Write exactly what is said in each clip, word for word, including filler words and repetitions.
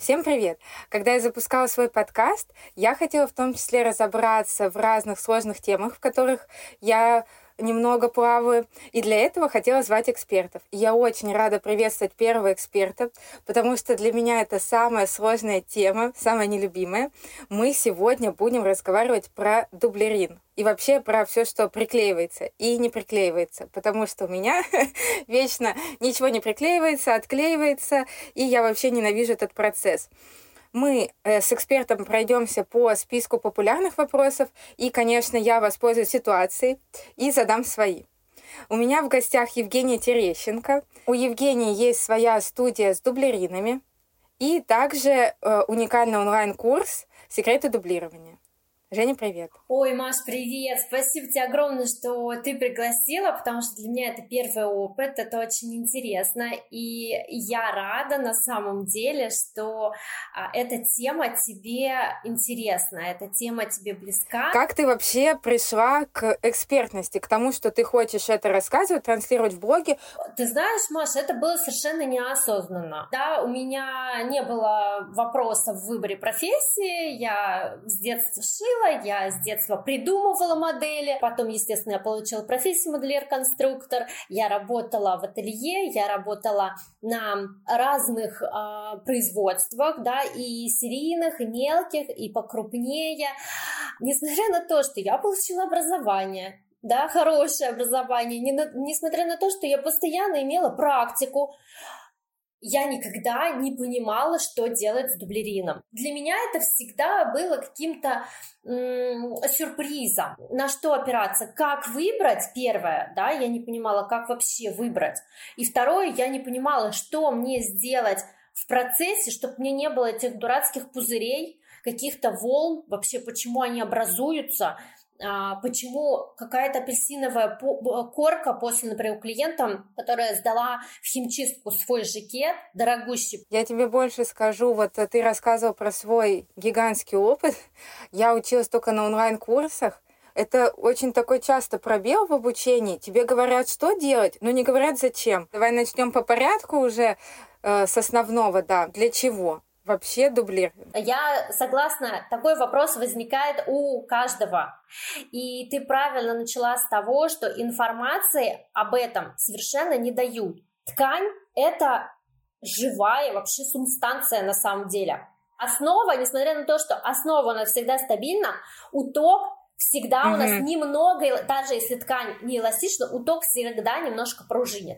Всем привет! Когда я запускала свой подкаст, я хотела в том числе разобраться в разных сложных темах, в которых я немного плаваю, и для этого хотела звать экспертов. И я очень рада приветствовать первого эксперта, потому что для меня это самая сложная тема, самая нелюбимая. Мы сегодня будем разговаривать про дублерин и вообще про все, что приклеивается и не приклеивается, потому что у меня вечно ничего не приклеивается, отклеивается, и я вообще ненавижу этот процесс. Мы э, с экспертом пройдемся по списку популярных вопросов, и, конечно, я воспользуюсь ситуацией и задам свои. У меня в гостях Евгения Терещенко. У Евгении есть своя студия с дублеринами и также э, уникальный онлайн-курс «Секреты дублирования». Женя, привет. Ой, Маш, привет. Спасибо тебе огромное, что ты пригласила, потому что для меня это первый опыт, это очень интересно, и я рада на самом деле, что а, эта тема тебе интересна, эта тема тебе близка. Как ты вообще пришла к экспертности, к тому, что ты хочешь это рассказывать, транслировать в блоге? Ты знаешь, Маш, это было совершенно неосознанно. Да, у меня не было вопроса в выборе профессии, я с детства шила, я с детства придумывала модели, потом, естественно, я получила профессию модельер-конструктор, я работала в ателье, я работала на разных э, производствах, да, и серийных, и мелких, и покрупнее. Несмотря на то, что я получила образование, да, хорошее образование, не на, несмотря на то, что я постоянно имела практику, я никогда не понимала, что делать с дублерином. Для меня это всегда было каким-то м- сюрпризом. На что опираться? Как выбрать? Первое, да, я не понимала, как вообще выбрать. И второе, я не понимала, что мне сделать в процессе, чтобы мне не было этих дурацких пузырей, каких-то волн, вообще почему они образуются, почему какая-то апельсиновая корка после, например, у клиента, которая сдала в химчистку свой жакет, дорогущий. Я тебе больше скажу, вот ты рассказывал про свой гигантский опыт. Я училась только на онлайн-курсах. Это очень такой часто пробел в обучении. Тебе говорят, что делать, но не говорят, зачем. Давай начнем по порядку уже э, с основного, да. Для чего вообще дублирование? Я согласна, такой вопрос возникает у каждого. И ты правильно начала с того, что информации об этом совершенно не дают. Ткань – это живая вообще субстанция на самом деле. Основа, несмотря на то, что основа она всегда стабильна, уток всегда mm-hmm. у нас немного, даже если ткань не эластична, уток всегда немножко пружинит.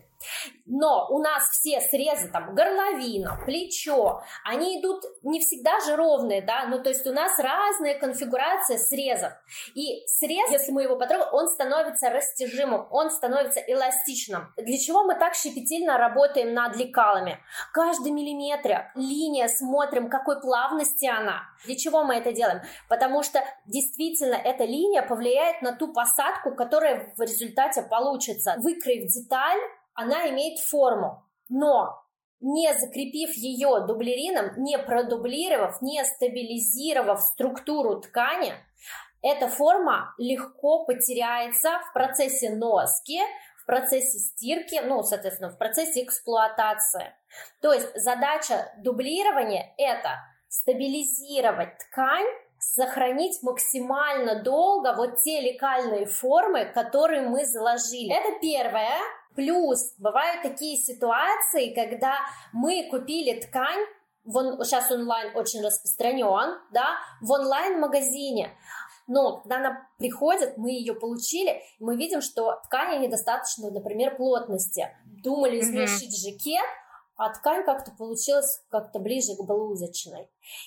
Но у нас все срезы, там, горловина, плечо, они идут не всегда же ровные, да, ну, то есть у нас разная конфигурация срезов. И срез, если мы его потрогаем, он становится растяжимым, он становится эластичным. Для чего мы так щепетильно работаем над лекалами? Каждый миллиметр, линия, смотрим, какой плавности она. Для чего мы это делаем? Потому что действительно эта линия повлияет на ту посадку, которая в результате получится. Выкроив деталь, она имеет форму, но не закрепив ее дублерином, не продублировав, не стабилизировав структуру ткани, эта форма легко потеряется в процессе носки, в процессе стирки, ну, соответственно, в процессе эксплуатации. То есть задача дублирования – это стабилизировать ткань, сохранить максимально долго вот те лекальные формы, которые мы заложили. Это первое. Плюс бывают такие ситуации, когда мы купили ткань, вон, сейчас онлайн очень распространен, да, в онлайн-магазине, но когда она приходит, мы ее получили, мы видим, что ткани недостаточно, например, плотности. Думали смешить mm-hmm. жакет, а ткань как-то получилась как-то ближе к блузочной.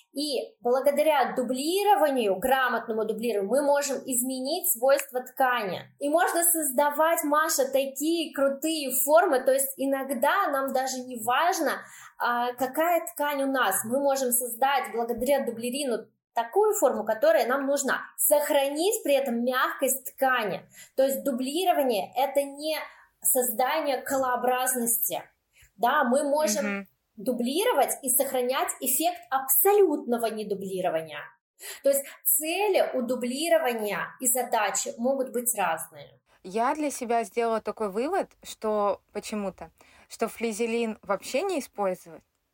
И благодаря дублированию, грамотному дублированию, мы можем изменить свойства ткани. И можно создавать, Маша, такие крутые формы, то есть иногда нам даже не важно, какая ткань у нас. Мы можем создать благодаря дублерину такую форму, которая нам нужна. Сохранить при этом мягкость ткани. То есть дублирование – это не создание колообразности. Да, мы можем mm-hmm. дублировать и сохранять эффект абсолютного недублирования. То есть цели у дублирования и задачи могут быть разные. Я для себя сделала такой вывод, что почему-то, что флизелин вообще не использовать,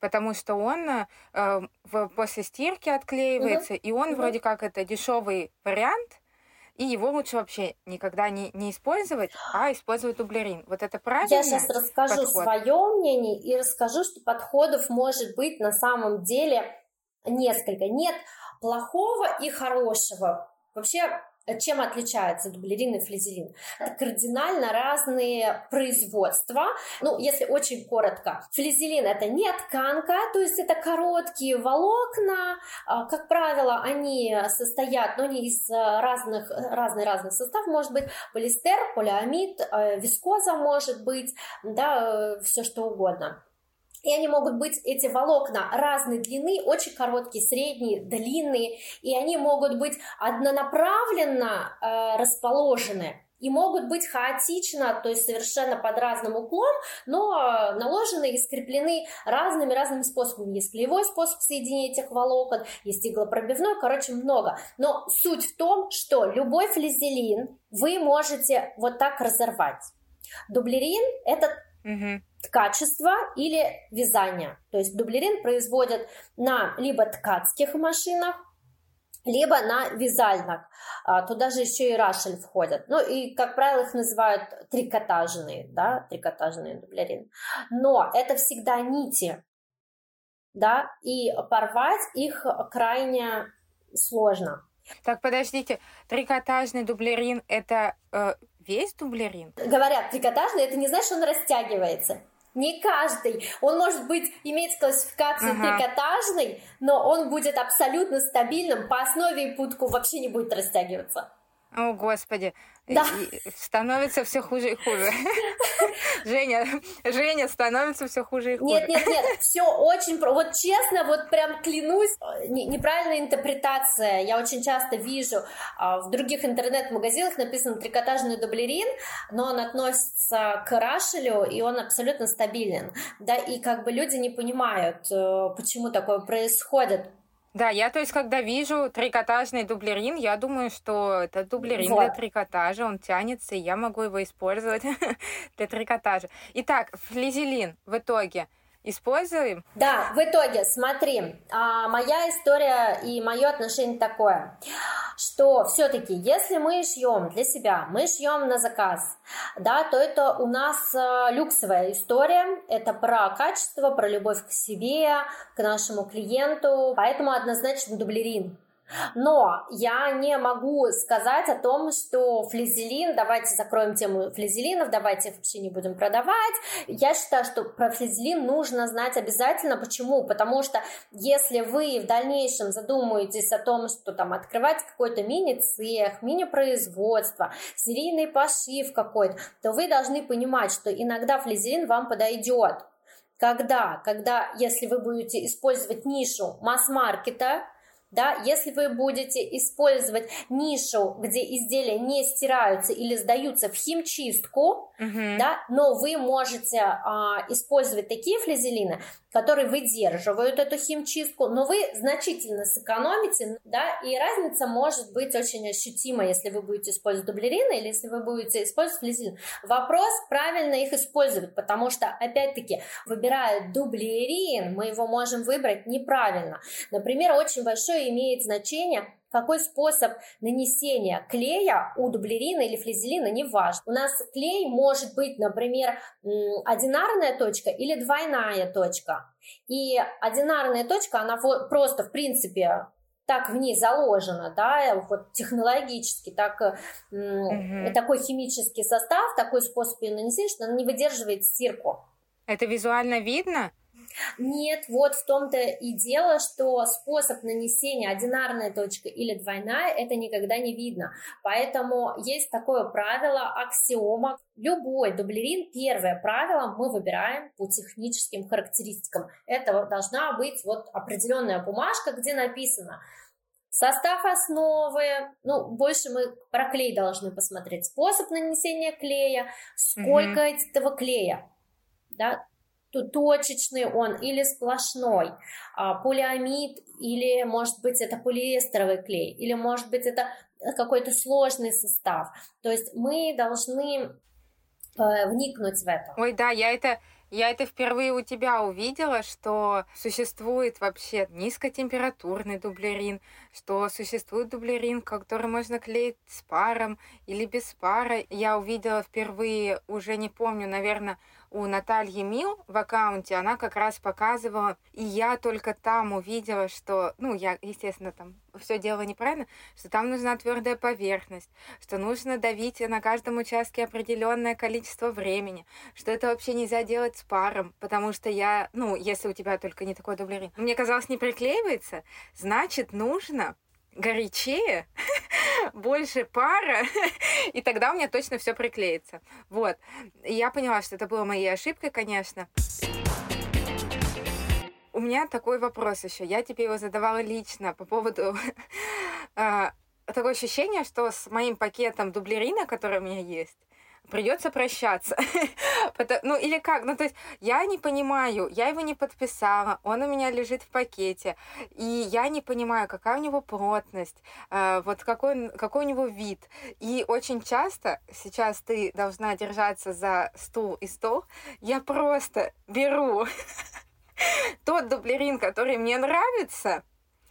потому что он э, в, после стирки отклеивается, угу. и он угу. вроде как это дешевый вариант, и его лучше вообще никогда не, не использовать, а использовать дублерин. Вот это правильно? Я сейчас расскажу подход? свое мнение и расскажу, что подходов может быть на самом деле несколько. Нет плохого и хорошего. Вообще, чем отличается дублерин и флизелин? Это кардинально разные производства. Ну, если очень коротко, флизелин — это не тканка, то есть это короткие волокна. Как правило, они состоят, но не из разных, разный-разный состав, может быть полиэстер, полиамид, вискоза может быть, да, все что угодно. И они могут быть, эти волокна, разной длины, очень короткие, средние, длинные, и они могут быть однонаправленно э, расположены и могут быть хаотично, то есть совершенно под разным углом, но наложены и скреплены разными-разными способами. Есть клеевой способ соединения этих волокон, есть иглопробивной, короче, много. Но суть в том, что любой флизелин вы можете вот так разорвать. Дублерин – это угу. ткачество или вязание. То есть дублерин производят на либо ткацких машинах, либо на вязальных. Туда же еще и рашель входят. Ну и, как правило, их называют трикотажные, да, трикотажные дублерин. Но это всегда нити, да, и порвать их крайне сложно. Так, подождите, трикотажный дублерин – это э, весь дублерин? Говорят, трикотажный – это не значит, что он растягивается. Не каждый. Он может быть, иметь классификацию ага. трикотажный, но он будет абсолютно стабильным, по основе и путку вообще не будет растягиваться. О, Господи. Да. Становится все хуже и хуже. Женя, Женя, становится все хуже и хуже. Нет, нет, нет, все очень... Вот честно, вот прям клянусь, неправильная интерпретация. Я очень часто вижу в других интернет-магазинах написано трикотажный дублерин, но он относится к рашелю, и он абсолютно стабилен. Да, и как бы люди не понимают, почему такое происходит. Да, я, то есть, когда вижу трикотажный дублерин, я думаю, что это дублерин вот. Для трикотажа, он тянется, и я могу его использовать для трикотажа. Итак, флизелин в итоге используем? Да, в итоге, смотри, а, моя история и мое отношение такое, что все-таки, если мы шьем для себя, мы шьем на заказ, да, то это у нас а, люксовая история, это про качество, про любовь к себе, к нашему клиенту, поэтому однозначно дублерин. Но я не могу сказать о том, что флизелин, давайте закроем тему флизелинов, давайте вообще не будем продавать. Я считаю, что про флизелин нужно знать обязательно. Почему? Потому что если вы в дальнейшем задумаетесь о том, что там открывать какой-то мини-цех, мини-производство, серийный пошив какой-то, то вы должны понимать, что иногда флизелин вам подойдет. Когда? Когда, если вы будете использовать нишу масс-маркета, да, если вы будете использовать нишу, где изделия не стираются или сдаются в химчистку, uh-huh. да, но вы можете а, использовать такие флизелины, которые выдерживают эту химчистку, но вы значительно сэкономите, да, и разница может быть очень ощутима, если вы будете использовать дублерины или если вы будете использовать флизелин. Вопрос, правильно их использовать, потому что, опять-таки, выбирая дублерин, мы его можем выбрать неправильно. Например, очень большое имеет значение, какой способ нанесения клея у дублерина или флизелина, не важно. У нас клей может быть, например, одинарная точка или двойная точка. И одинарная точка, она просто, в принципе, так в ней заложена, да, вот технологически, так, mm-hmm. такой химический состав, такой способ ее нанесения, что она не выдерживает стирку. Это визуально видно? Нет, вот в том-то и дело, что способ нанесения одинарная точка или двойная, это никогда не видно. Поэтому есть такое правило, аксиома. Любой дублерин, первое правило, мы выбираем по техническим характеристикам. Это должна быть вот определенная бумажка, где написано состав основы, ну, больше мы про клей должны посмотреть, способ нанесения клея, сколько mm-hmm. этого клея, да, точечный он или сплошной, а, полиамид, или, может быть, это полиэстеровый клей, или, может быть, это какой-то сложный состав. То есть мы должны э, вникнуть в это. Ой, да, я это Я это впервые у тебя увидела, что существует вообще низкотемпературный дублерин, что существует дублерин, который можно клеить с паром или без пара. Я увидела впервые, уже не помню, наверное, у Натальи Мил в аккаунте, она как раз показывала, и я только там увидела, что, ну, я, естественно, там все делала неправильно, что там нужна твердая поверхность, что нужно давить на каждом участке определенное количество времени, что это вообще нельзя делать с паром, потому что я, ну, если у тебя только не такой дублерин, мне казалось, не приклеивается, значит, нужно горячее, больше пара, и тогда у меня точно все приклеится. Вот. И я поняла, что это было моей ошибкой, конечно. У меня такой вопрос еще. Я тебе его задавала лично по поводу такое ощущение, что с моим пакетом дублерина, который у меня есть, придется прощаться. Ну, или как? Ну, то есть, я не понимаю, я его не подписала, он у меня лежит в пакете, и я не понимаю, какая у него плотность, вот какой, какой у него вид. И очень часто, сейчас ты должна держаться за стул и стол, я просто беру тот дублерин, который мне нравится,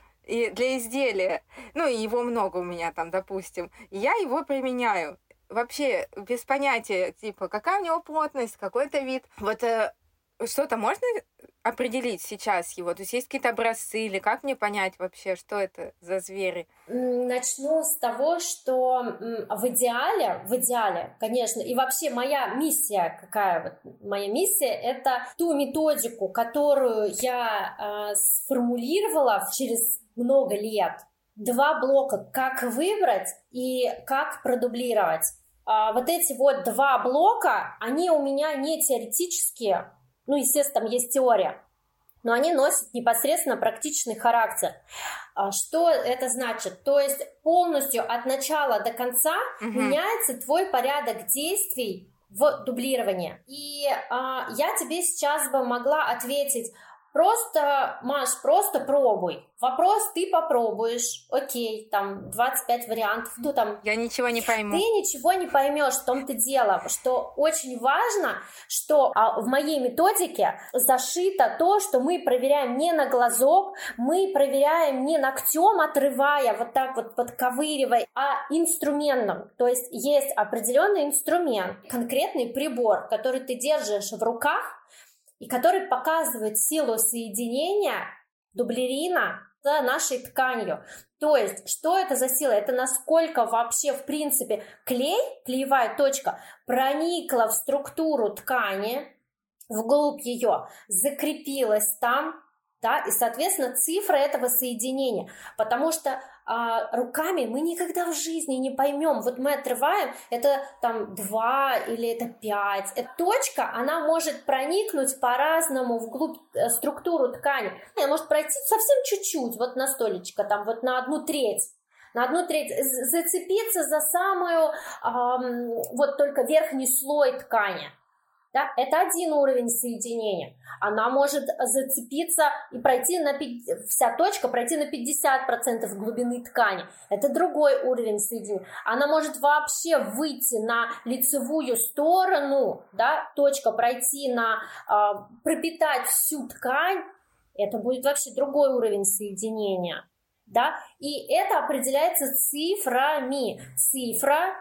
и для изделия, ну, и его много у меня там, допустим, и я его применяю. Вообще без понятия, типа, какая у него плотность, какой-то вид. Вот э, что-то можно определить сейчас его? То есть есть какие-то образцы, или как мне понять вообще, что это за звери? Начну с того, что в идеале, в идеале, конечно, и вообще моя миссия, какая вот моя миссия, это ту методику, которую я э, сформулировала через много лет. Два блока, как выбрать и как продублировать. А вот эти вот два блока, они у меня не теоретические, ну, естественно, там есть теория, но они носят непосредственно практичный характер. А что это значит? То есть полностью от начала до конца угу. меняется твой порядок действий в дублировании. И а, я тебе сейчас бы могла ответить: просто, Маш, просто пробуй. Вопрос ты попробуешь. Окей, там двадцать пять вариантов. Ну, там, я ничего не пойму. Ты ничего не поймешь, в том-то дело, что очень важно, что а, в моей методике зашито то, что мы проверяем не на глазок, мы проверяем не ногтем отрывая, вот так вот подковыривая, а инструментом. То есть есть определенный инструмент, конкретный прибор, который ты держишь в руках, и который показывает силу соединения дублерина с нашей тканью. То есть, что это за сила? Это насколько вообще, в принципе, клей, клеевая точка, проникла в структуру ткани, вглубь ее, закрепилась там, да, и, соответственно, цифра этого соединения. Потому что а, руками мы никогда в жизни не поймем. Вот мы отрываем, это там два или это пять. Эта точка, она может проникнуть по-разному вглубь структуру ткани. Она может пройти совсем чуть-чуть, вот на столечко, там вот на одну треть. На одну треть зацепиться за самую, эм, вот только верхний слой ткани. Да, это один уровень соединения. Она может зацепиться и пройти на вся точка, пройти на пятьдесят процентов глубины ткани. Это другой уровень соединения. Она может вообще выйти на лицевую сторону, да, точка пройти на э, пропитать всю ткань. Это будет вообще другой уровень соединения, да. И это определяется цифрами. Цифра.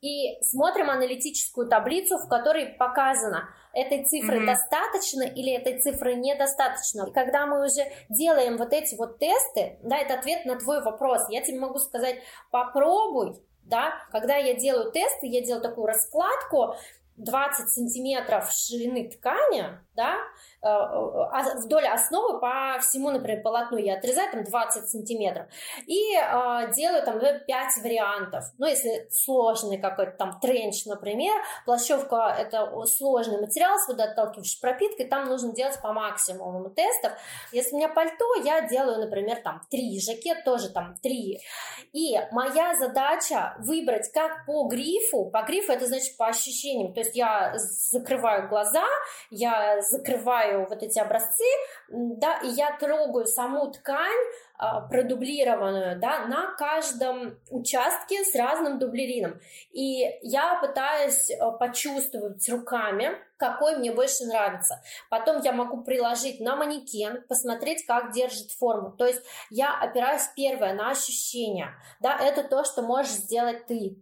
И смотрим аналитическую таблицу, в которой показано, этой цифры mm-hmm. достаточно или этой цифры недостаточно. И когда мы уже делаем вот эти вот тесты, да, это ответ на твой вопрос. Я тебе могу сказать, попробуй, да, когда я делаю тесты, я делаю такую раскладку, двадцать сантиметров ширины ткани, да, вдоль основы по всему, например, полотну я отрезаю там двадцать сантиметров и э, делаю там пять вариантов. Ну, если сложный какой-то там тренч, например, плащевка — это сложный материал с водоотталкивающей пропиткой, там нужно делать по максимуму тестов. Если у меня пальто, я делаю, например, там три, жакет тоже там три. И моя задача выбрать как по грифу, по грифу это значит по ощущениям, то есть есть я закрываю глаза, я закрываю вот эти образцы, да, и я трогаю саму ткань продублированную, да, на каждом участке с разным дублерином. И я пытаюсь почувствовать руками, какой мне больше нравится. Потом я могу приложить на манекен, посмотреть, как держит форму. То есть я опираюсь первое на ощущения. Да, это то, что можешь сделать ты.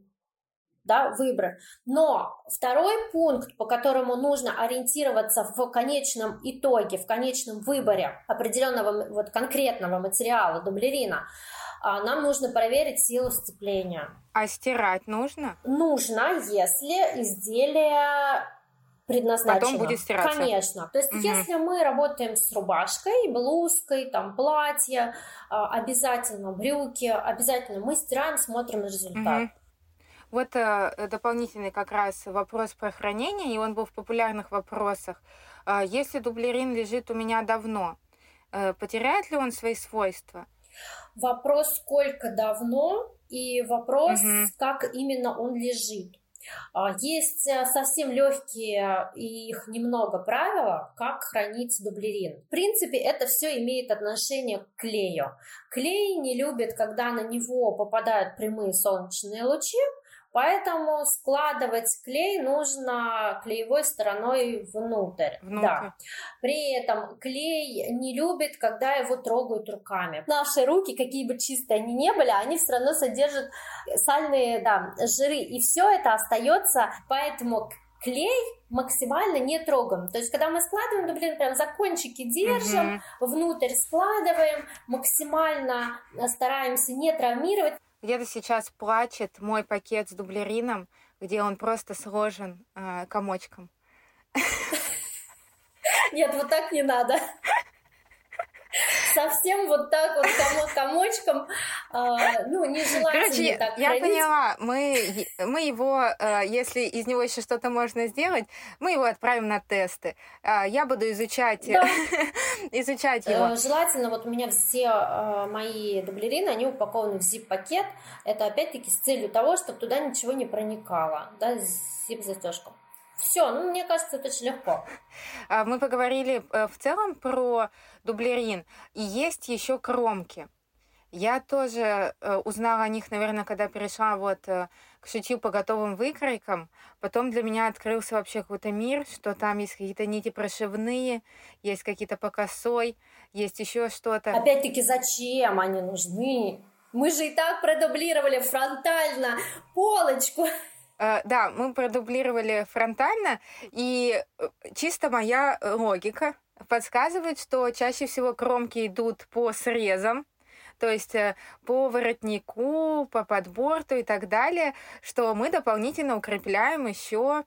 Да, выбор. Но второй пункт, по которому нужно ориентироваться в конечном итоге, в конечном выборе определенного вот конкретного материала, дублерина, нам нужно проверить силу сцепления. А стирать нужно? Нужно, если изделие предназначено. Потом будет стираться. Конечно. То есть, угу. если мы работаем с рубашкой, блузкой, там, платье, обязательно брюки, обязательно мы стираем, смотрим на результат. Угу. Вот э, дополнительный как раз вопрос про хранение, и он был в популярных вопросах. Э, если дублерин лежит у меня давно, э, потеряет ли он свои свойства? Вопрос, сколько давно, и вопрос, угу. как именно он лежит. Есть совсем легкие, и их немного правила, как хранить дублерин. В принципе, это все имеет отношение к клею. Клей не любит, когда на него попадают прямые солнечные лучи, поэтому складывать клей нужно клеевой стороной внутрь. внутрь. Да. При этом клей не любит, когда его трогают руками. Наши руки, какие бы чистые они ни были, они все равно содержат сальные, да, жиры, и все это остается, поэтому клей максимально не трогаем. То есть, когда мы складываем дублерин, прям за кончики держим, угу. внутрь складываем, максимально стараемся не травмировать. Где-то сейчас плачет мой пакет с дублерином, где он просто сложен э, комочком. Нет, вот так не надо. Совсем вот так вот комочком, э, ну, нежелательно. Короче, так я хранить. поняла, мы, мы его, э, если из него еще что-то можно сделать, мы его отправим на тесты. Э, я буду изучать, да. изучать его. Э, желательно, вот у меня все э, мои дублерины, они упакованы в зип-пакет. Это опять-таки с целью того, чтобы туда ничего не проникало, да, зип-застежка. Все, ну, мне кажется, это очень легко. Мы поговорили в целом про дублерин. И есть еще кромки. Я тоже узнала о них, наверное, когда перешла вот к шитью по готовым выкройкам. Потом для меня открылся вообще какой-то мир, что там есть какие-то нити прошивные, есть какие-то по косой, есть еще что-то. Опять-таки, зачем они нужны? Мы же и так продублировали фронтально полочку. Uh, да, мы продублировали фронтально, и чисто моя логика подсказывает, что чаще всего кромки идут по срезам, то есть по воротнику, по подборту и так далее, что мы дополнительно укрепляем еще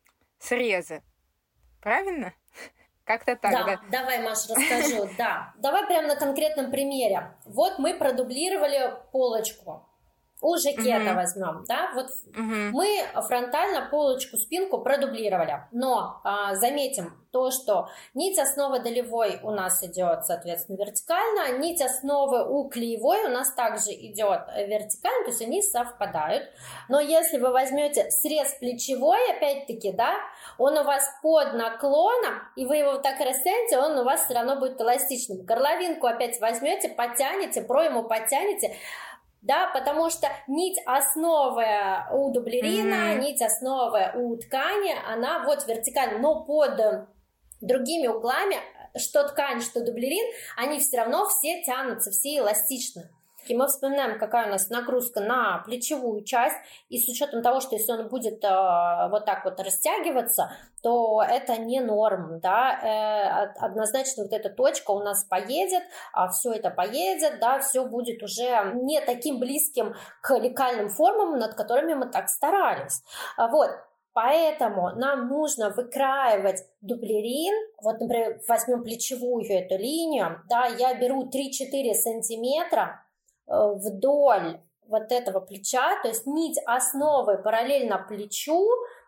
срезы. Правильно? Как-то так, да? Да, давай, Маша, расскажу, да. Давай прямо на конкретном примере. Вот мы продублировали полочку. У жакета uh-huh. возьмем, да, вот uh-huh. мы фронтально полочку, спинку продублировали, но а, заметим то, что нить основы долевой у нас идет, соответственно, вертикально, нить основы у клеевой у нас также идет вертикально, то есть они совпадают, но если вы возьмете срез плечевой, опять-таки, да, он у вас под наклоном, и вы его вот так растянете, он у вас все равно будет эластичным. Горловинку опять возьмете, подтянете, пройму подтянете, да, потому что нить основы у дублерина, mm-hmm. нить основы у ткани, она вот вертикально, но под другими углами, что ткань, что дублерин, они все равно все тянутся, все эластичны. И мы вспоминаем, какая у нас нагрузка на плечевую часть, и с учетом того, что если он будет э, вот так вот растягиваться, то это не норм, да, э, однозначно вот эта точка у нас поедет, а все это поедет, да, все будет уже не таким близким к лекальным формам, над которыми мы так старались, вот. Поэтому нам нужно выкраивать дублерин, вот, например, возьмем плечевую эту линию, да, я беру три-четыре сантиметра вдоль вот этого плеча, то есть нить основы параллельно плечу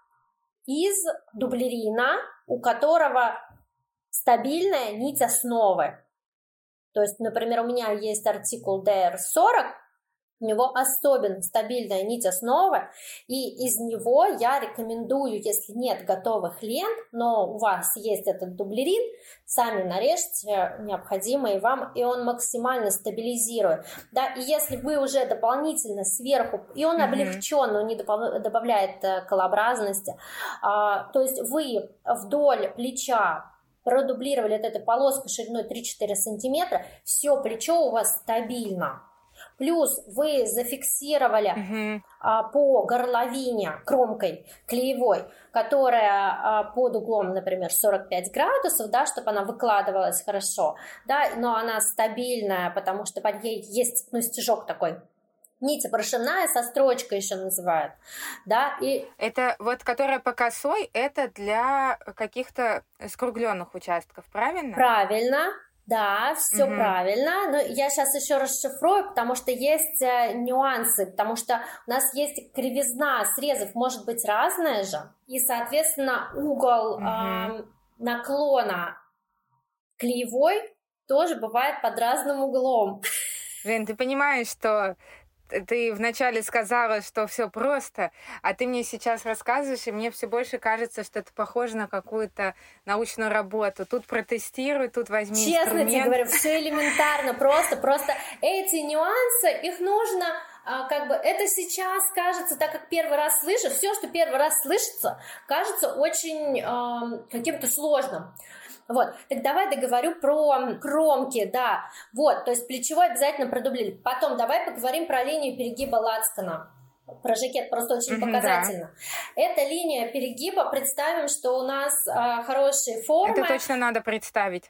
из дублерина, у которого стабильная нить основы. То есть, например, у меня есть артикул ди эр сорок, У него особенно стабильная нить основы, и из него я рекомендую, если нет готовых лент, но у вас есть этот дублерин, сами нарежьте необходимые вам, и он максимально стабилизирует. Да, и если вы уже дополнительно сверху, и он mm-hmm. облегчен, но не добавляет колообразности, а, то есть вы вдоль плеча продублировали вот эту полоску шириной три-четыре сантиметра, все плечо у вас стабильно. Плюс вы зафиксировали uh-huh. а, по горловине кромкой клеевой, которая а, под углом, например, сорок пять градусов, да, чтобы она выкладывалась хорошо, да, но она стабильная, потому что под ней есть, ну, стежок такой. Нить прошивная со строчкой еще называют, да, и... Это вот, которая по косой, это для каких-то скругленных участков, правильно? Правильно. Да, все угу. правильно, но я сейчас еще расшифрую, потому что есть э, нюансы, потому что у нас есть кривизна срезов, может быть разная же, и, соответственно, угол угу. э, наклона клеевой тоже бывает под разным углом. Блин, ты понимаешь, что ты вначале сказала, что все просто, а ты мне сейчас рассказываешь, и мне все больше кажется, что это похоже на какую-то научную работу. Тут протестируй, тут возьми Честно инструмент. тебе говорю, все элементарно, просто, просто эти нюансы, их нужно, а, как бы, это сейчас кажется, так как первый раз слышишь, все, что первый раз слышится, кажется очень а, каким-то сложным. Вот, так давай договорю про кромки, да, вот, то есть плечевой обязательно продублили. Потом давай поговорим про линию перегиба лацкана. Про жакет просто очень mm-hmm, показательно. Да. Эта линия перегиба, представим, что у нас а, хорошие формы. Это точно надо представить.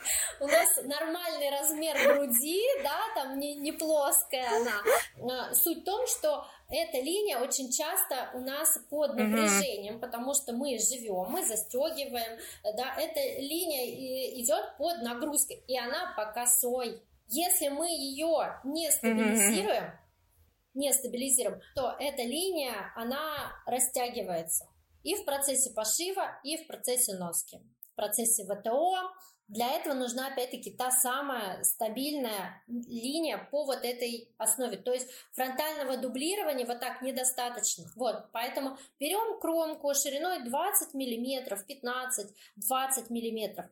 У нас нормальный размер груди, да, там не, не плоская она. Суть в том, что эта линия очень часто у нас под напряжением, mm-hmm. потому что мы живем, мы застегиваем, да, эта линия идет под нагрузкой, и она по косой. Если мы ее не стабилизируем, mm-hmm. не стабилизируем, то эта линия, она растягивается и в процессе пошива, и в процессе носки, в процессе ВТО. Для этого нужна, опять-таки, та самая стабильная линия по вот этой основе. То есть фронтального дублирования вот так недостаточно. Вот, поэтому берем кромку шириной двадцать миллиметров, пятнадцать-двадцать миллиметров,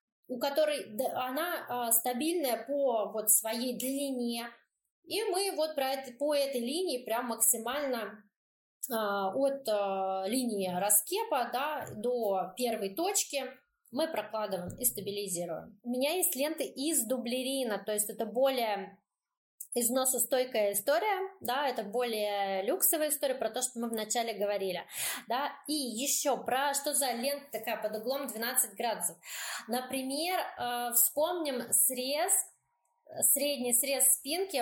у которой она а, стабильная по вот своей длине. И мы вот про это, по этой линии прям максимально а, от а, линии раскепа, да, до первой точки мы прокладываем и стабилизируем. У меня есть ленты из дублерина, то есть это более износостойкая история, да, это более люксовая история про то, что мы вначале говорили, да, и еще про что за лента такая под углом двенадцать градусов. Например, э, вспомним срез, средний срез спинки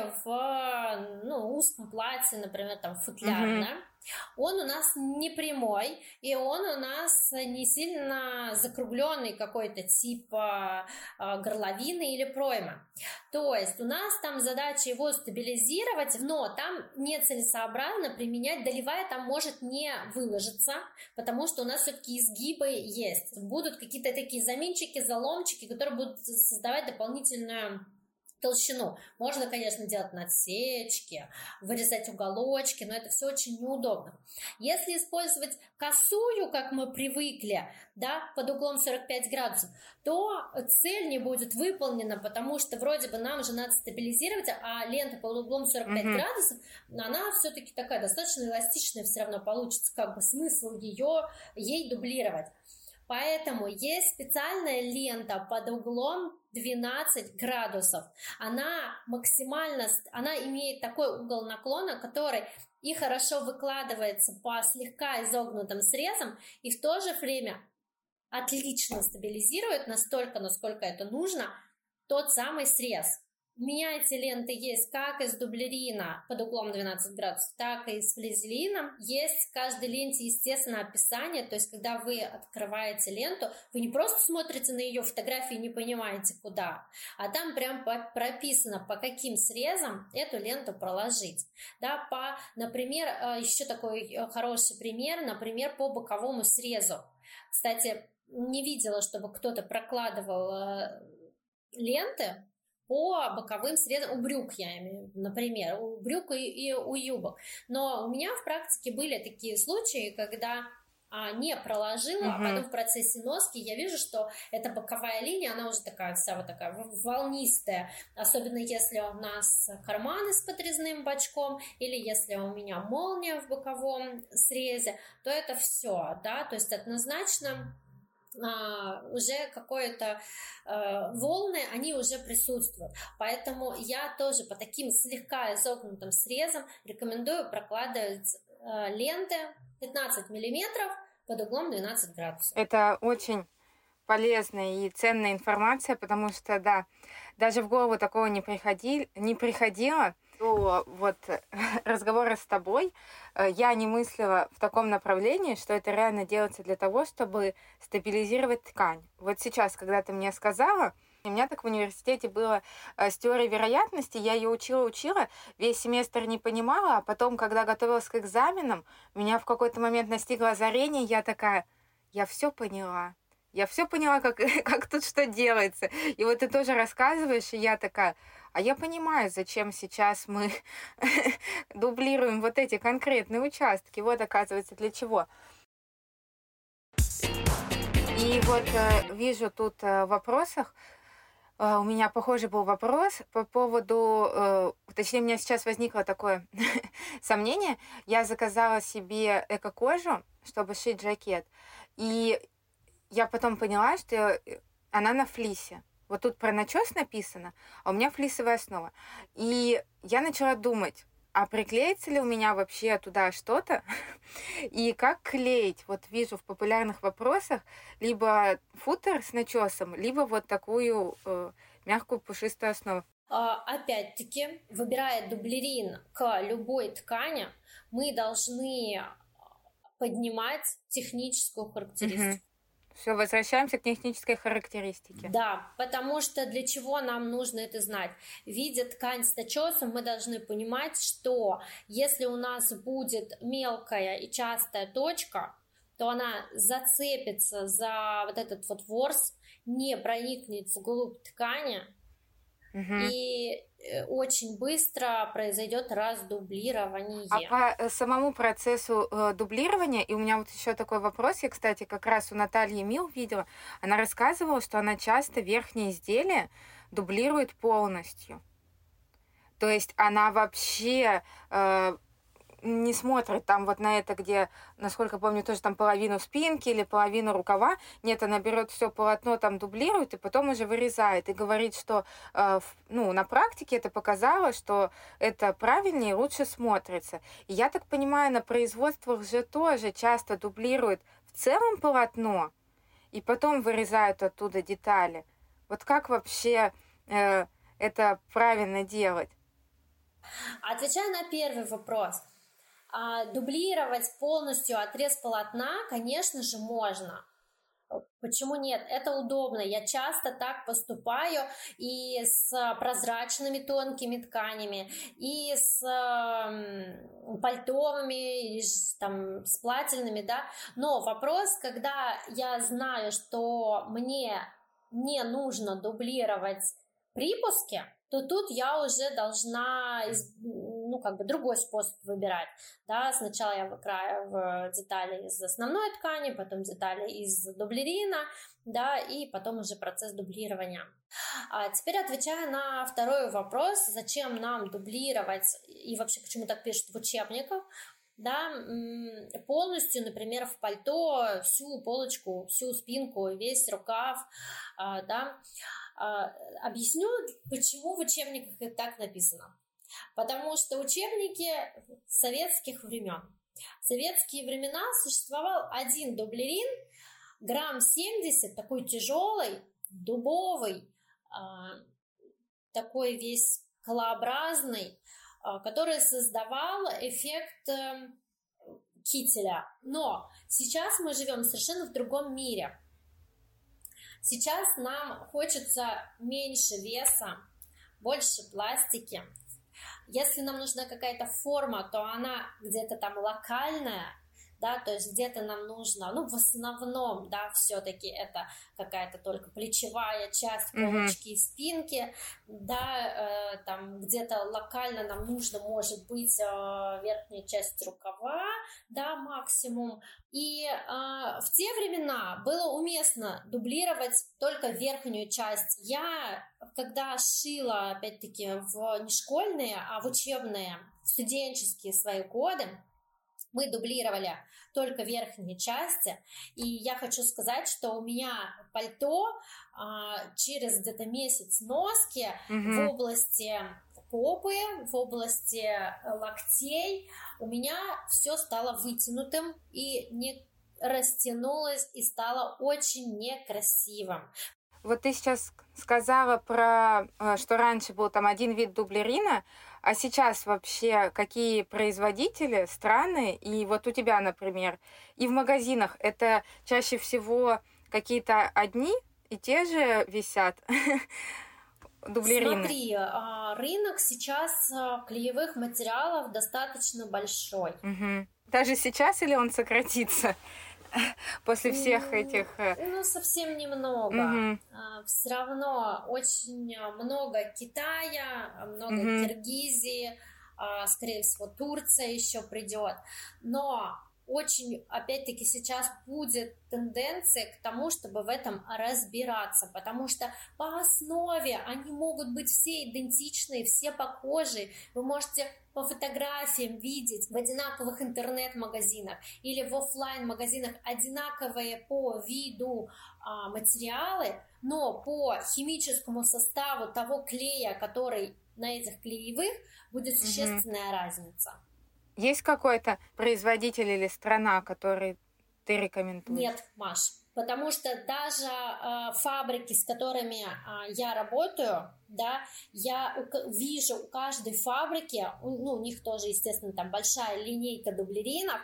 в, ну, узком платье, например, там футляр, mm-hmm. да? Он у нас не прямой, и он у нас не сильно закругленный какой-то типа э, горловины или пройма. То есть у нас там задача его стабилизировать, но там нецелесообразно применять, долевая там может не выложиться, потому что у нас все-таки изгибы есть. Будут какие-то такие заминчики, заломчики, которые будут создавать дополнительную толщину. Можно, конечно, делать надсечки, вырезать уголочки, но это все очень неудобно. Если использовать косую, как мы привыкли, да, под углом сорок пять градусов, то цель не будет выполнена, потому что вроде бы нам же надо стабилизировать, а лента под углом сорок пять mm-hmm. градусов, она все-таки такая достаточно эластичная, все равно получится как бы смысл ее, ей дублировать. Поэтому есть специальная лента под углом двенадцать градусов. Она максимально, она имеет такой угол наклона, который и хорошо выкладывается по слегка изогнутым срезам, и в то же время отлично стабилизирует настолько, насколько это нужно, тот самый срез. У меня эти ленты есть как из дублерина под углом двенадцать градусов, так и с флизелином. Есть в каждой ленте, естественно, описание, то есть когда вы открываете ленту, вы не просто смотрите на ее фотографии и не понимаете куда, а там прям прописано, по каким срезам эту ленту проложить. Да, по, например, еще такой хороший пример, например, по боковому срезу. Кстати, не видела, чтобы кто-то прокладывал ленты по боковым срезам, у брюк я имею, например, у брюк и, и у юбок. Но у меня в практике были такие случаи, когда а, не проложила, mm-hmm. а потом в процессе носки я вижу, что эта боковая линия, она уже такая вся вот такая волнистая, особенно если у нас карманы с подрезным бачком или если у меня молния в боковом срезе, то это все, да, то есть однозначно Uh, уже какое-то uh, волны, они уже присутствуют. Поэтому я тоже по таким слегка изогнутым срезам рекомендую прокладывать uh, ленты пятнадцать миллиметров под углом двенадцать градусов. Это очень полезная и ценная информация, потому что, да, даже в голову такого не, приходи, не приходило. До вот разговора с тобой я не мыслила в таком направлении, что это реально делается для того, чтобы стабилизировать ткань. Вот сейчас, когда ты мне сказала, у меня так в университете было с теорией вероятности, я ее учила-учила, весь семестр не понимала, а потом, когда готовилась к экзаменам, меня в какой-то момент настигло озарение, я такая, я все поняла. Я все поняла, как, как тут что делается. И вот ты тоже рассказываешь, и я такая, а я понимаю, зачем сейчас мы дублируем вот эти конкретные участки. Вот, оказывается, для чего. И вот э, вижу тут э, в вопросах, э, у меня, похоже, был вопрос по поводу, э, точнее, у меня сейчас возникло такое сомнение. Я заказала себе эко-кожу, чтобы шить жакет. И я потом поняла, что она на флисе. Вот тут про начес написано, а у меня флисовая основа. И я начала думать, а приклеится ли у меня вообще туда что-то? И как клеить? Вот вижу в популярных вопросах либо футер с начесом, либо вот такую э, мягкую пушистую основу. Опять-таки, выбирая дублерин к любой ткани, мы должны поднимать техническую характеристику. Угу. Все, возвращаемся к технической характеристике. Да, потому что для чего нам нужно это знать? Видя ткань с начесом, мы должны понимать, что если у нас будет мелкая и частая точка, то она зацепится за вот этот вот ворс, не проникнет вглубь ткани, угу. и очень быстро произойдет раздублирование. А по самому процессу э, дублирования, и у меня вот еще такой вопрос, я, кстати, как раз у Натальи Мил видела, она рассказывала, что она часто верхние изделия дублирует полностью. То есть она вообще э, не смотрит там вот на это, где, насколько помню, тоже там половину спинки или половину рукава. Нет, она берет все полотно, там дублирует и потом уже вырезает. И говорит, что э, ну, на практике это показало, что это правильнее и лучше смотрится. И я так понимаю, на производствах же тоже часто дублируют в целом полотно и потом вырезают оттуда детали. Вот как вообще э, это правильно делать? Отвечая на первый вопрос. Дублировать полностью отрез полотна, конечно же, можно. Почему нет? Это удобно. Я часто так поступаю и с прозрачными тонкими тканями, и с пальтовыми, и там, с плательными, да. Но вопрос, когда я знаю, что мне не нужно дублировать припуски, то тут я уже должна, ну, как бы другой способ выбирать, да, сначала я выкраиваю детали из основной ткани, потом детали из дублерина, да, и потом уже процесс дублирования. А теперь отвечая на второй вопрос, зачем нам дублировать и вообще почему так пишут в учебниках, да, полностью, например, в пальто всю полочку, всю спинку, весь рукав, да. Объясню, почему в учебниках это так написано. Потому что учебники советских времен. В советские времена существовал один дублерин, грамм семьдесят, такой тяжелый, дубовый, такой весь колообразный, который создавал эффект кителя. Но сейчас мы живем совершенно в другом мире. Сейчас нам хочется меньше веса, больше пластики. Если нам нужна какая-то форма, то она где-то там локальная, да, то есть где-то нам нужно, ну, в основном, да, все-таки это какая-то только плечевая часть, полочки и спинки, да, э, там где-то локально нам нужно, может быть, э, верхняя часть рукава, да, максимум, и э, в те времена было уместно дублировать только верхнюю часть. Я, когда шила, опять-таки, в не школьные, а в учебные, студенческие свои годы, мы дублировали только верхние части, и я хочу сказать, что у меня пальто а, через где-то месяц носки mm-hmm. в области попы, в области локтей у меня все стало вытянутым и не растянулось, и стало очень некрасивым. Вот ты сейчас сказала про, что раньше был там один вид дублерина, а сейчас вообще какие производители, страны, и вот у тебя, например, и в магазинах это чаще всего какие-то одни и те же висят дублерины? Смотри, рынок сейчас клеевых материалов достаточно большой. Угу. Даже сейчас или он сократится? После всех этих... Ну, совсем немного. Угу. Все равно очень много Китая, много угу. Киргизии, скорее всего, Турция еще придет. Но очень, опять-таки, сейчас будет тенденция к тому, чтобы в этом разбираться, потому что по основе они могут быть все идентичные, все похожие. Вы можете по фотографиям видеть в одинаковых интернет-магазинах или в офлайн-магазинах одинаковые по виду а, материалы, но по химическому составу того клея, который на этих клеевых, будет существенная mm-hmm. разница. Есть какой-то производитель или страна, который ты рекомендуешь? Нет, Маш, потому что даже э, фабрики, с которыми э, я работаю, да, я у, вижу у каждой фабрики, у, ну, у них тоже, естественно, там большая линейка дублеринов,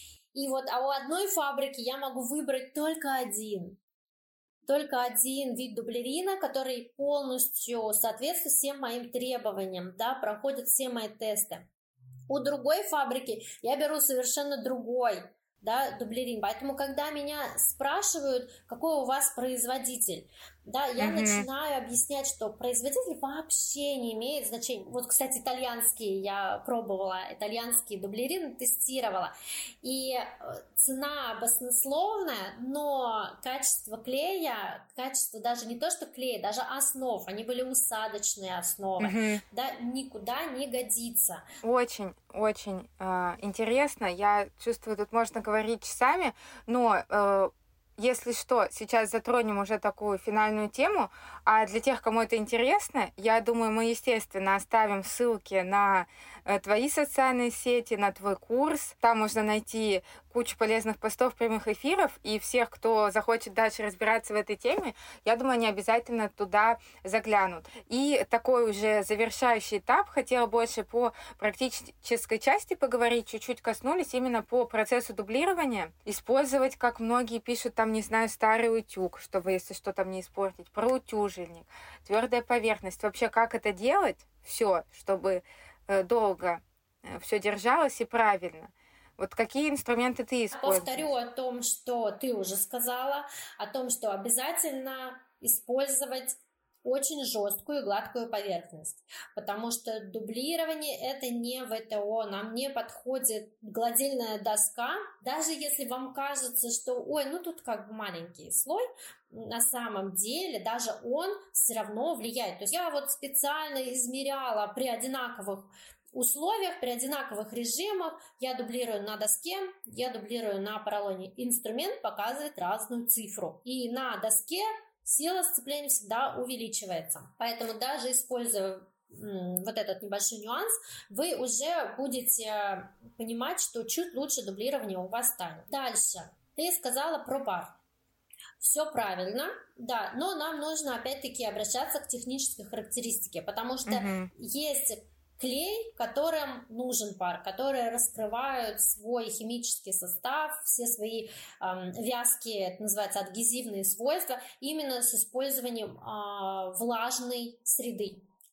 и вот, а у одной фабрики я могу выбрать только один. Только один вид дублерина, который полностью соответствует всем моим требованиям, да, проходит все мои тесты. У другой фабрики я беру совершенно другой, да, дублерин. Поэтому, когда меня спрашивают, какой у вас производитель, да, я mm-hmm. начинаю объяснять, что производитель вообще не имеет значения. Вот, кстати, итальянские я пробовала, итальянские дублерины тестировала. И цена баснословная, но качество клея, качество даже не то, что клея, даже основ, они были усадочные основы, mm-hmm. да, никуда не годится. Очень, очень э, интересно. Я чувствую, тут можно говорить часами, но... Э, Если что, сейчас затронем уже такую финальную тему, а для тех, кому это интересно, я думаю, мы, естественно, оставим ссылки на твои социальные сети, на твой курс. Там можно найти кучу полезных постов, прямых эфиров, и всех, кто захочет дальше разбираться в этой теме, я думаю, они обязательно туда заглянут. И такой уже завершающий этап, хотела больше по практической части поговорить, чуть-чуть коснулись именно по процессу дублирования. Использовать, как многие пишут, там, не знаю, старый утюг, чтобы, если что, там не испортить, проутюжильник, твердая поверхность. Вообще, как это делать? Все, чтобы э, долго э, все держалось и правильно. Вот какие инструменты ты используешь? Повторю о том, что ты уже сказала, о том, что обязательно использовать очень жесткую и гладкую поверхность, потому что дублирование это не ВТО, нам не подходит гладильная доска, даже если вам кажется, что ой, ну тут как бы маленький слой, на самом деле даже он все равно влияет. То есть я вот специально измеряла при одинаковых условиях, при одинаковых режимах, я дублирую на доске, я дублирую на поролоне. Инструмент показывает разную цифру, и на доске сила сцепления всегда увеличивается. Поэтому даже используя вот этот небольшой нюанс, вы уже будете понимать, что чуть лучше дублирование у вас станет. Дальше. Ты сказала про пар. Все правильно, да, но нам нужно опять-таки обращаться к технической характеристике, потому что угу. есть клей, которым нужен пар, которые раскрывают свой химический состав, все свои э, вязкие, это называется, адгезивные свойства, именно с использованием э, влажной среды.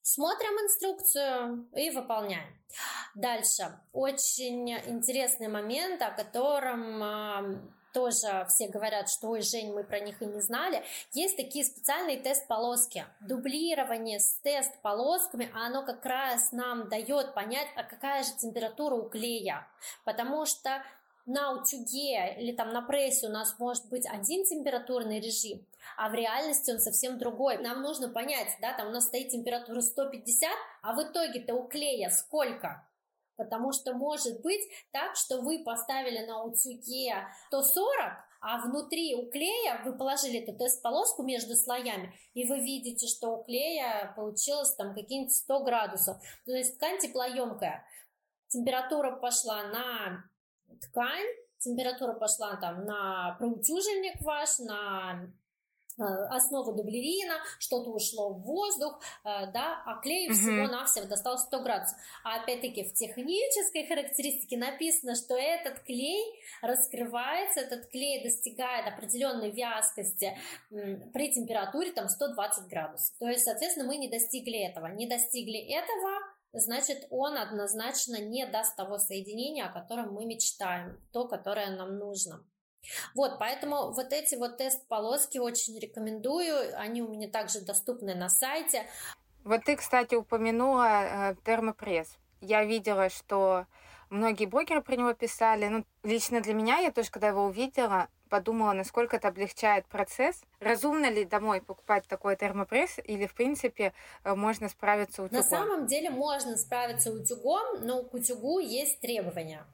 Смотрим инструкцию и выполняем. Дальше. Очень интересный момент, о котором э, тоже все говорят, что ой, Жень, мы про них и не знали. Есть такие специальные тест-полоски. Дублирование с тест-полосками, оно как раз нам дает понять, а какая же температура у клея. Потому что на утюге или там на прессе у нас может быть один температурный режим, а в реальности он совсем другой. Нам нужно понять, да, там у нас стоит температура сто пятьдесят, а в итоге-то у клея сколько? Потому что может быть так, что вы поставили на утюге сто сорок, а внутри у клея вы положили эту тест-полоску между слоями, и вы видите, что у клея получилось там какие-нибудь сто градусов. То есть ткань теплоемкая. Температура пошла на ткань, температура пошла там на проутюжильник ваш, на основу дублерина, что-то ушло в воздух, да, а клею uh-huh. всего-навсего досталось сто градусов. А опять-таки в технической характеристике написано, что этот клей раскрывается, этот клей достигает определенной вязкости при температуре там сто двадцать градусов. То есть, соответственно, мы не достигли этого. Не достигли этого, значит, он однозначно не даст того соединения, о котором мы мечтаем, то, которое нам нужно. Вот, поэтому вот эти вот тест-полоски очень рекомендую, они у меня также доступны на сайте. Вот ты, кстати, упомянула э, термопресс. Я видела, что многие блогеры про него писали. Ну, лично для меня, я тоже, когда его увидела, подумала, насколько это облегчает процесс. Разумно ли домой покупать такой термопресс или, в принципе, можно справиться утюгом? На самом деле можно справиться утюгом, но к утюгу есть требования.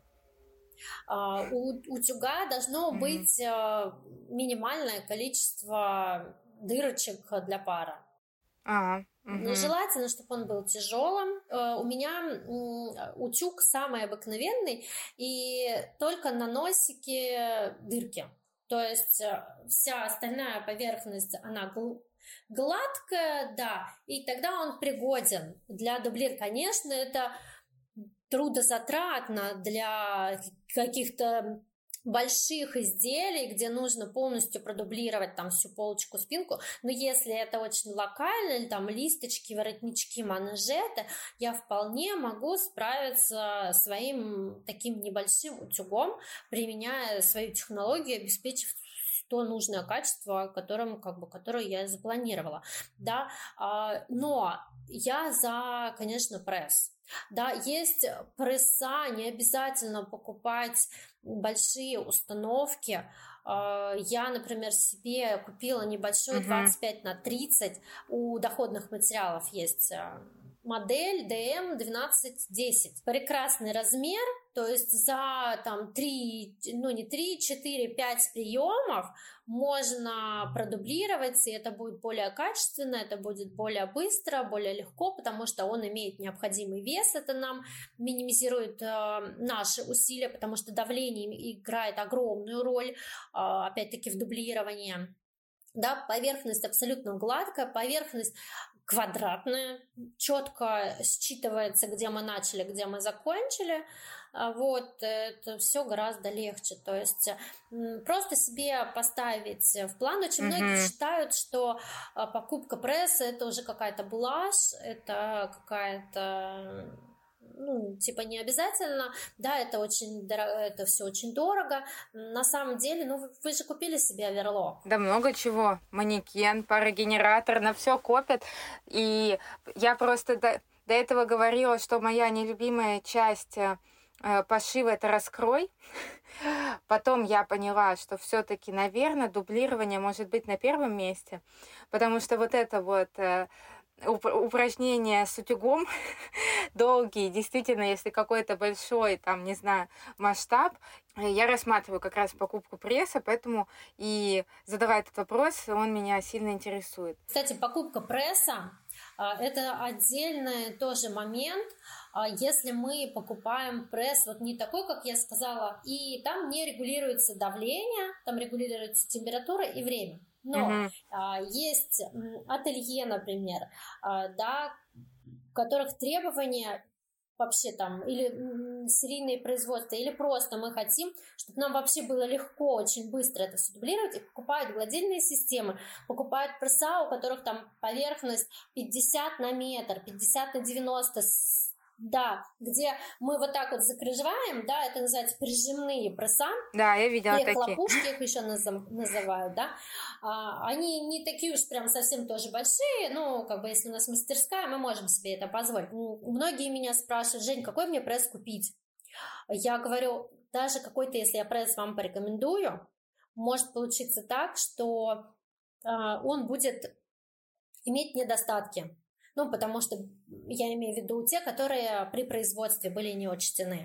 Uh, у утюга должно mm-hmm. быть uh, минимальное количество дырочек для пара. Uh-huh. Mm-hmm. Желательно, чтобы он был тяжелым. Uh, у меня uh, утюг самый обыкновенный, и только на носике дырки. То есть uh, вся остальная поверхность, она гл- гладкая, да, и тогда он пригоден для дублирования. Конечно, это трудозатратно для каких-то больших изделий, где нужно полностью продублировать там всю полочку, спинку, но если это очень локально, там листочки, воротнички, манжеты, я вполне могу справиться своим таким небольшим утюгом, применяя свою технологию, обеспечив то нужное качество, которым, как бы, которое я запланировала, да, но я за, конечно, пресс. Да, есть пресса, не обязательно покупать большие установки. Я, например, себе купила небольшой uh-huh. двадцать пять на тридцать. У доходных материалов есть модель ди эм двенадцать десять. Прекрасный размер, то есть за там три, ну не три, четыре, пять приемов можно продублировать, и это будет более качественно, это будет более быстро, более легко, потому что он имеет необходимый вес, это нам минимизирует э, наши усилия, потому что давление играет огромную роль, э, опять-таки в дублировании. Да, поверхность абсолютно гладкая, поверхность квадратная, четко считывается, где мы начали, где мы закончили. Вот, это все гораздо легче. То есть просто себе поставить в план. Очень mm-hmm. многие считают, что покупка пресса это уже какая-то блажь, это какая-то, ну, типа не обязательно, да, это очень дорого, это все очень дорого. На самом деле, ну, вы же купили себе оверлок. Да много чего. Манекен, парогенератор, на все копят. И я просто до, до этого говорила, что моя нелюбимая часть э, пошива это раскрой. Потом я поняла, что все-таки, наверное, дублирование может быть на первом месте, потому что вот это вот э, упражнения с утюгом долгие, действительно, если какой-то большой, там, не знаю, масштаб, я рассматриваю как раз покупку пресса, поэтому и задавая этот вопрос, он меня сильно интересует. Кстати, покупка пресса – это отдельный тоже момент, если мы покупаем пресс, вот не такой, как я сказала, и там не регулируется давление, там регулируется температура и время. Но uh-huh. а, есть ателье, например, а, да, в которых требования вообще там, или м, серийные производства, или просто мы хотим, чтобы нам вообще было легко, очень быстро это все дублировать, и покупают гладильные системы, покупают пресса, у которых там поверхность пятьдесят на метр, пятьдесят на девяносто, да, где мы вот так вот закрываем, да, это называется прижимные пресса. Да, я видела или такие. хлопушки их еще называют, да. А, они не такие уж прям совсем тоже большие, но как бы если у нас мастерская, мы можем себе это позволить. Многие меня спрашивают: Жень, какой мне пресс купить? Я говорю, даже какой-то, если я пресс вам порекомендую, может получиться так, что а, он будет иметь недостатки. Ну, потому что я имею в виду те, которые при производстве были не учтены.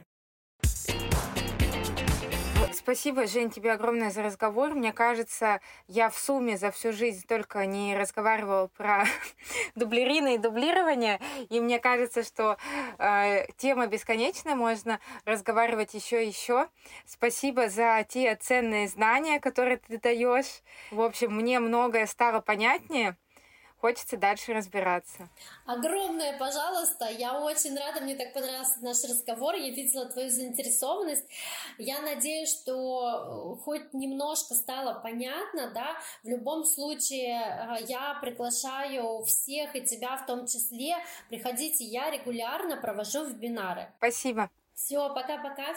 Спасибо, Жень, тебе огромное за разговор. Мне кажется, я в сумме за всю жизнь только не разговаривала про дублерины и дублирование, и мне кажется, что э, тема бесконечная, можно разговаривать еще и еще. Спасибо за те ценные знания, которые ты даешь. В общем, мне многое стало понятнее. Хочется дальше разбираться. Огромное, пожалуйста. Я очень рада, мне так понравился наш разговор. Я видела твою заинтересованность. Я надеюсь, что хоть немножко стало понятно, да. В любом случае, я приглашаю всех, и тебя в том числе. Приходите, я регулярно провожу вебинары. Спасибо. Все, пока-пока.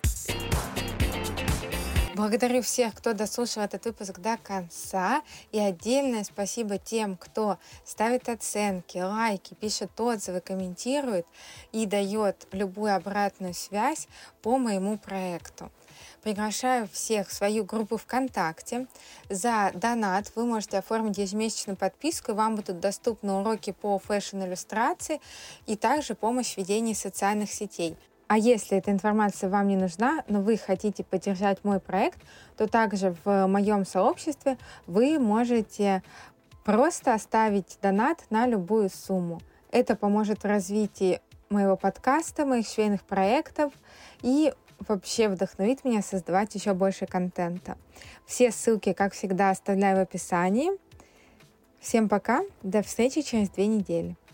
Благодарю всех, кто дослушал этот выпуск до конца. И отдельное спасибо тем, кто ставит оценки, лайки, пишет отзывы, комментирует и дает любую обратную связь по моему проекту. Приглашаю всех в свою группу ВКонтакте. За донат вы можете оформить ежемесячную подписку, и вам будут доступны уроки по фэшн-иллюстрации и также помощь в ведении социальных сетей. А если эта информация вам не нужна, но вы хотите поддержать мой проект, то также в моем сообществе вы можете просто оставить донат на любую сумму. Это поможет в развитии моего подкаста, моих швейных проектов и вообще вдохновит меня создавать еще больше контента. Все ссылки, как всегда, оставляю в описании. Всем пока, до встречи через две недели.